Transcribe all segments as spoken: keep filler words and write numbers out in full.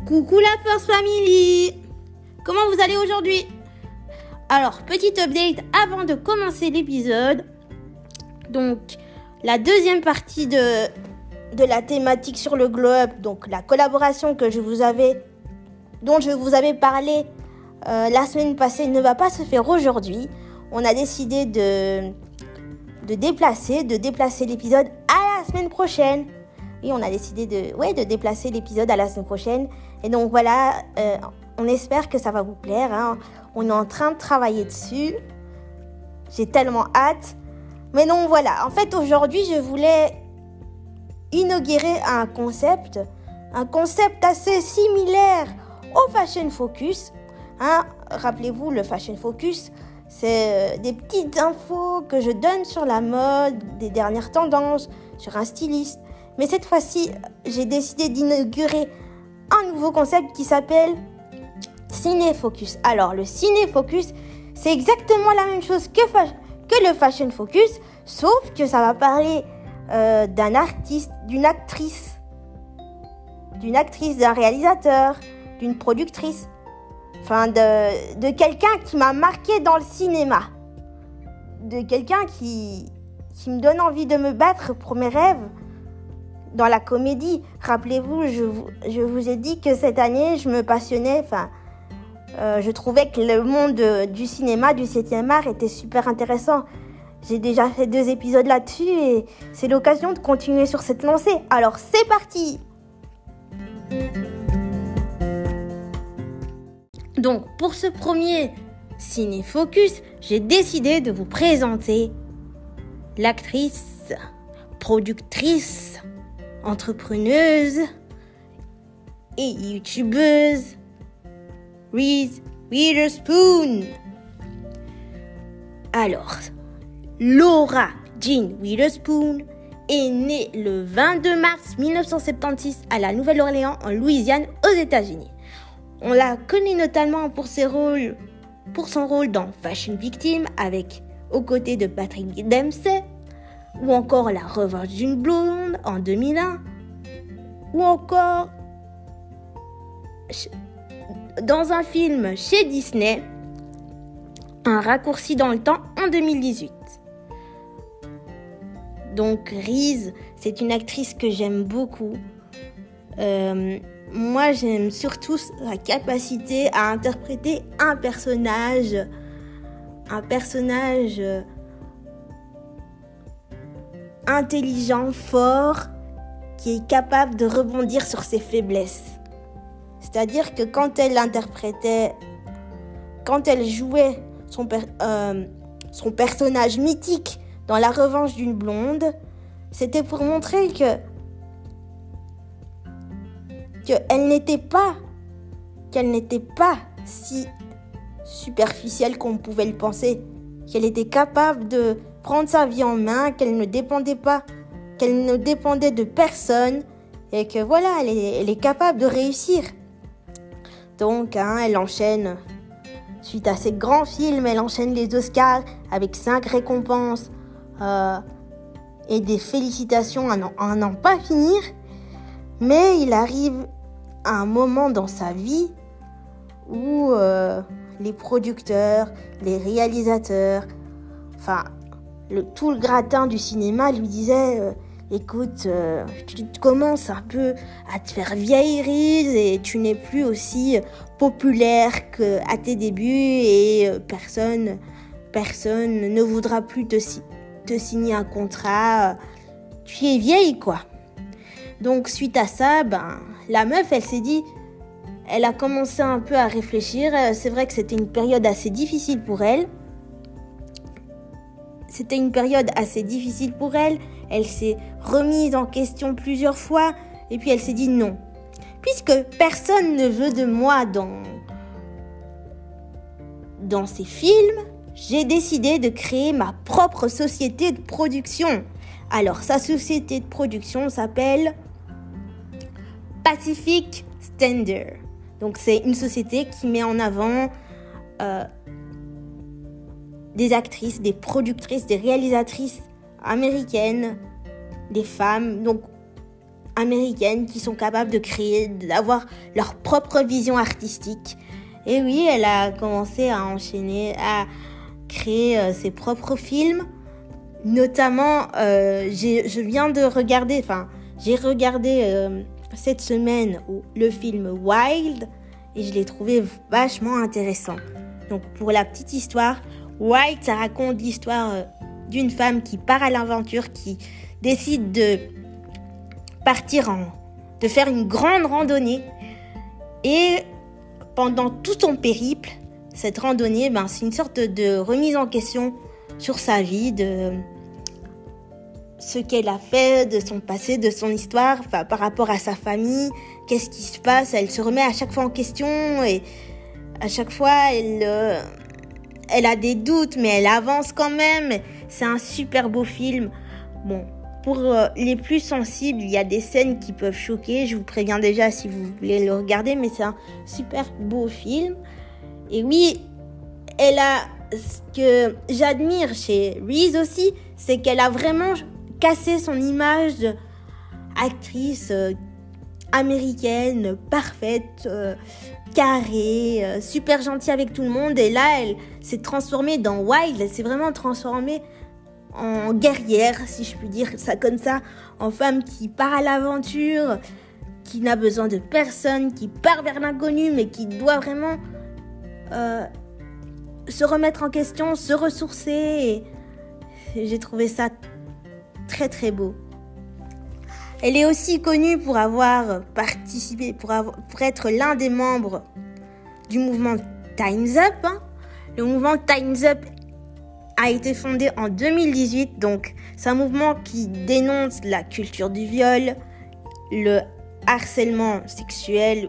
Coucou la First Family! Comment vous allez aujourd'hui? Alors, petite update avant de commencer l'épisode. Donc, la deuxième partie de, de la thématique sur le glow up, donc la collaboration que je vous avais, dont je vous avais parlé euh, la semaine passée, ne va pas se faire aujourd'hui. On a décidé de, de déplacer, de déplacer l'épisode à la semaine prochaine. Et on a décidé de, ouais, de déplacer l'épisode à la semaine prochaine. Et donc voilà, euh, on espère que ça va vous plaire. Hein. On est en train de travailler dessus. J'ai tellement hâte. Mais donc voilà, en fait aujourd'hui je voulais inaugurer un concept. Un concept assez similaire au Fashion Focus. Hein. Rappelez-vous, le Fashion Focus, c'est des petites infos que je donne sur la mode, des dernières tendances, sur un styliste. Mais cette fois-ci, j'ai décidé d'inaugurer un nouveau concept qui s'appelle Ciné Focus. Alors, le Ciné Focus, c'est exactement la même chose que, fa- que le Fashion Focus, sauf que ça va parler euh, d'un artiste, d'une actrice, d'une actrice, d'un réalisateur, d'une productrice, enfin de, de quelqu'un qui m'a marqué dans le cinéma, de quelqu'un qui, qui me donne envie de me battre pour mes rêves. Dans la comédie, rappelez-vous, je vous, je vous ai dit que cette année, je me passionnais, enfin, euh, je trouvais que le monde euh, du cinéma, du septième art était super intéressant. J'ai déjà fait deux épisodes là-dessus et c'est l'occasion de continuer sur cette lancée. Alors, c'est parti! Donc, pour ce premier Ciné Focus, j'ai décidé de vous présenter l'actrice, productrice, entrepreneuse et youtubeuse Reese Witherspoon. Alors, Laura Jean Witherspoon est née le vingt-deux mars mille neuf cent soixante-seize à la Nouvelle-Orléans en Louisiane aux États-Unis. On la connaît notamment pour ses rôles, pour son rôle dans Fashion Victim avec aux côtés de Patrick Dempsey, ou encore La Revanche d'une blonde en deux mille un, ou encore dans un film chez Disney, Un raccourci dans le temps en deux mille dix-huit. Donc Reese, c'est une actrice que j'aime beaucoup. Euh, moi, j'aime surtout sa capacité à interpréter un personnage, un personnage intelligent, fort, qui est capable de rebondir sur ses faiblesses. C'est-à-dire que quand elle interprétait, quand elle jouait son, per, euh, son personnage mythique dans La Revanche d'une blonde, c'était pour montrer que qu'elle n'était pas, qu'elle n'était pas si superficielle qu'on pouvait le penser, qu'elle était capable de prendre sa vie en main, qu'elle ne dépendait pas, qu'elle ne dépendait de personne et que voilà, elle est, elle est capable de réussir. Donc, hein, elle enchaîne, suite à ces grands films, elle enchaîne les Oscars avec cinq récompenses euh, et des félicitations à n'en, à n'en pas finir. Mais il arrive un moment dans sa vie où euh, les producteurs, les réalisateurs, enfin, Le, tout le gratin du cinéma lui disait euh, écoute, euh, tu commences un peu à te faire vieille Reese et tu n'es plus aussi populaire qu'à tes débuts et euh, personne, personne ne voudra plus te, te signer un contrat. Euh, tu es vieille, quoi. Donc, suite à ça, ben, la meuf, elle s'est dit, elle a commencé un peu à réfléchir. C'est vrai que c'était une période assez difficile pour elle. C'était une période assez difficile pour elle. Elle s'est remise en question plusieurs fois. Et puis elle s'est dit non. Puisque personne ne veut de moi dans, dans ces films, j'ai décidé de créer ma propre société de production. Alors sa société de production s'appelle Pacific Standard. Donc c'est une société qui met en avant Euh, des actrices, des productrices, des réalisatrices américaines, des femmes. Donc, américaines qui sont capables de créer, d'avoir leur propre vision artistique. Et oui, elle a commencé à enchaîner, à créer euh, ses propres films. Notamment, euh, j'ai, je viens de regarder, enfin, j'ai regardé euh, cette semaine le film Wild et je l'ai trouvé vachement intéressant. Donc, pour la petite histoire, Wild, ça raconte l'histoire euh, d'une femme qui part à l'aventure, qui décide de partir en, de faire une grande randonnée. Et pendant tout son périple, cette randonnée, ben, c'est une sorte de remise en question sur sa vie, de ce qu'elle a fait, de son passé, de son histoire, enfin, par rapport à sa famille, qu'est-ce qui se passe. Elle se remet à chaque fois en question et à chaque fois, elle, euh, elle a des doutes, mais elle avance quand même. C'est un super beau film. Bon, pour euh, les plus sensibles, il y a des scènes qui peuvent choquer. Je vous préviens déjà si vous voulez le regarder, mais c'est un super beau film. Et oui, elle a... Ce que j'admire chez Reese aussi, c'est qu'elle a vraiment cassé son image d'actrice euh, américaine, parfaite, euh, carrée, euh, super gentille avec tout le monde. Et là, elle s'est transformée dans Wild. Elle s'est vraiment transformée en guerrière, si je puis dire ça comme ça, en femme qui part à l'aventure, qui n'a besoin de personne, qui part vers l'inconnu, mais qui doit vraiment euh, se remettre en question, se ressourcer. Et j'ai trouvé ça très très beau. Elle est aussi connue pour avoir participé, pour, avoir, pour être l'un des membres du mouvement Time's Up. Hein. Le mouvement Time's Up a été fondé en deux mille dix-huit, donc c'est un mouvement qui dénonce la culture du viol, le harcèlement sexuel,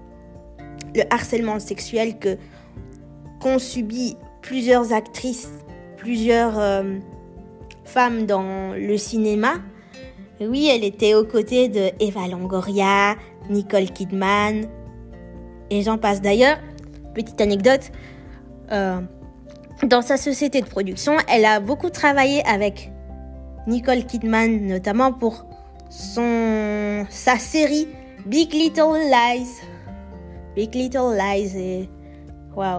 le harcèlement sexuel que qu'ont subi plusieurs actrices, plusieurs euh, femmes dans le cinéma. Oui, elle était aux côtés de Eva Longoria, Nicole Kidman, et j'en passe. D'ailleurs, petite anecdote, euh, dans sa société de production, elle a beaucoup travaillé avec Nicole Kidman, notamment pour son, sa série Big Little Lies. Big Little Lies, et waouh.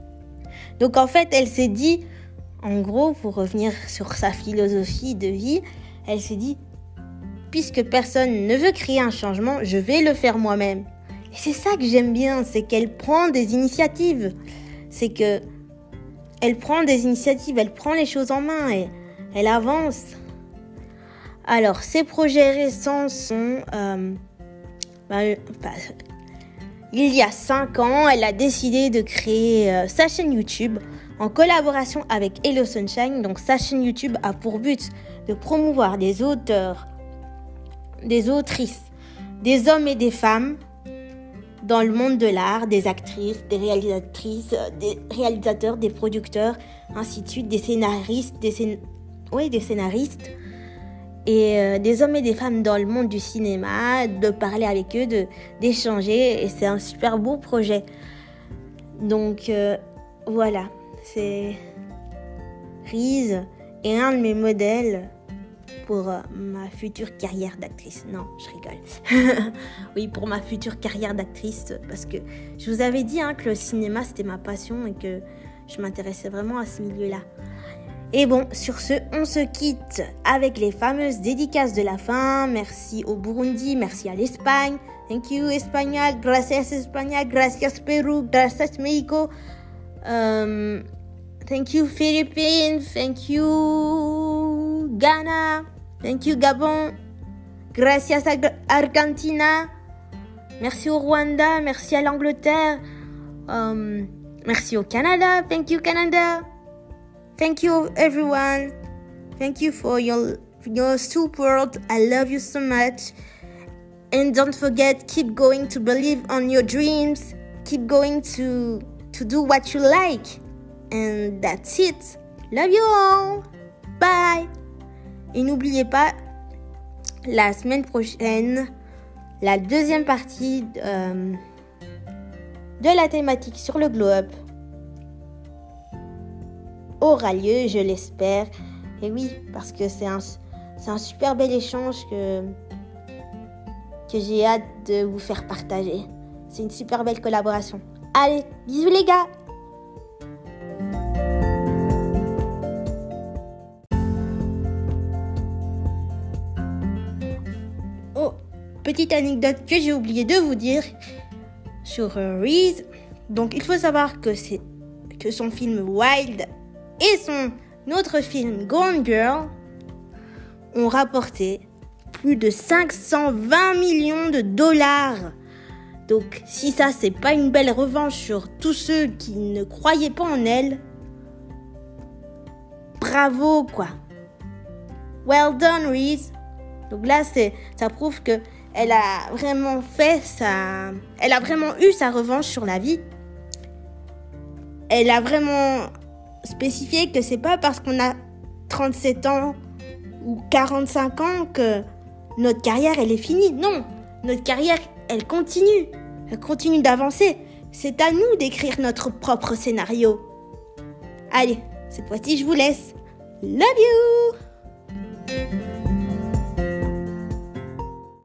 Donc en fait, elle s'est dit, en gros, pour revenir sur sa philosophie de vie, elle s'est dit, puisque personne ne veut créer un changement, je vais le faire moi-même. Et c'est ça que j'aime bien, c'est qu'elle prend des initiatives. C'est que elle prend des initiatives, elle prend les choses en main et elle avance. Alors, ses projets récents sont... Euh, ben, bah, il y a cinq ans, elle a décidé de créer euh, sa chaîne YouTube en collaboration avec Hello Sunshine. Donc, sa chaîne YouTube a pour but de promouvoir des auteurs, des autrices, des hommes et des femmes dans le monde de l'art, des actrices, des réalisatrices, des réalisateurs, des producteurs, ainsi de suite, des scénaristes, des, scén... oui, des scénaristes et euh, des hommes et des femmes dans le monde du cinéma, de parler avec eux, de, d'échanger, et c'est un super beau projet. Donc euh, voilà, c'est Reese est un de mes modèles pour euh, ma future carrière d'actrice. Non, je rigole. Oui, pour ma future carrière d'actrice, parce que je vous avais dit hein, que le cinéma, c'était ma passion et que je m'intéressais vraiment à ce milieu-là. Et bon, sur ce, on se quitte avec les fameuses dédicaces de la fin. Merci au Burundi, merci à l'Espagne. Thank you, España. Gracias, España. Gracias, Perú. Gracias, México. Um, thank you, Philippines. Thank you, Ghana. Thank you, Gabon. Gracias, Argentina. Merci au Rwanda. Merci à l'Angleterre. Um, merci au Canada. Thank you, Canada. Thank you, everyone. Thank you for your, your support. I love you so much. And don't forget, keep going to believe on your dreams. Keep going to, to do what you like. And that's it. Love you all. Bye. Et n'oubliez pas, la semaine prochaine, la deuxième partie euh, de la thématique sur le glow up aura lieu, je l'espère. Et oui, parce que c'est un, c'est un super bel échange que, que j'ai hâte de vous faire partager. C'est une super belle collaboration. Allez, bisous les gars! Oh, petite anecdote que j'ai oublié de vous dire sur euh, Reese. Donc, il faut savoir que, c'est, que son film Wild et son autre film Gone Girl ont rapporté plus de cinq cent vingt millions de dollars. Donc, si ça, c'est pas une belle revanche sur tous ceux qui ne croyaient pas en elle, bravo, quoi. Well done, Reese. Donc là, c'est, ça prouve que elle a vraiment fait sa, elle a vraiment eu sa revanche sur la vie. Elle a vraiment spécifié que c'est pas parce qu'on a trente-sept ans ou quarante-cinq ans que notre carrière, elle est finie. Non, notre carrière, elle continue. Elle continue d'avancer. C'est à nous d'écrire notre propre scénario. Allez, cette fois-ci, je vous laisse. Love you!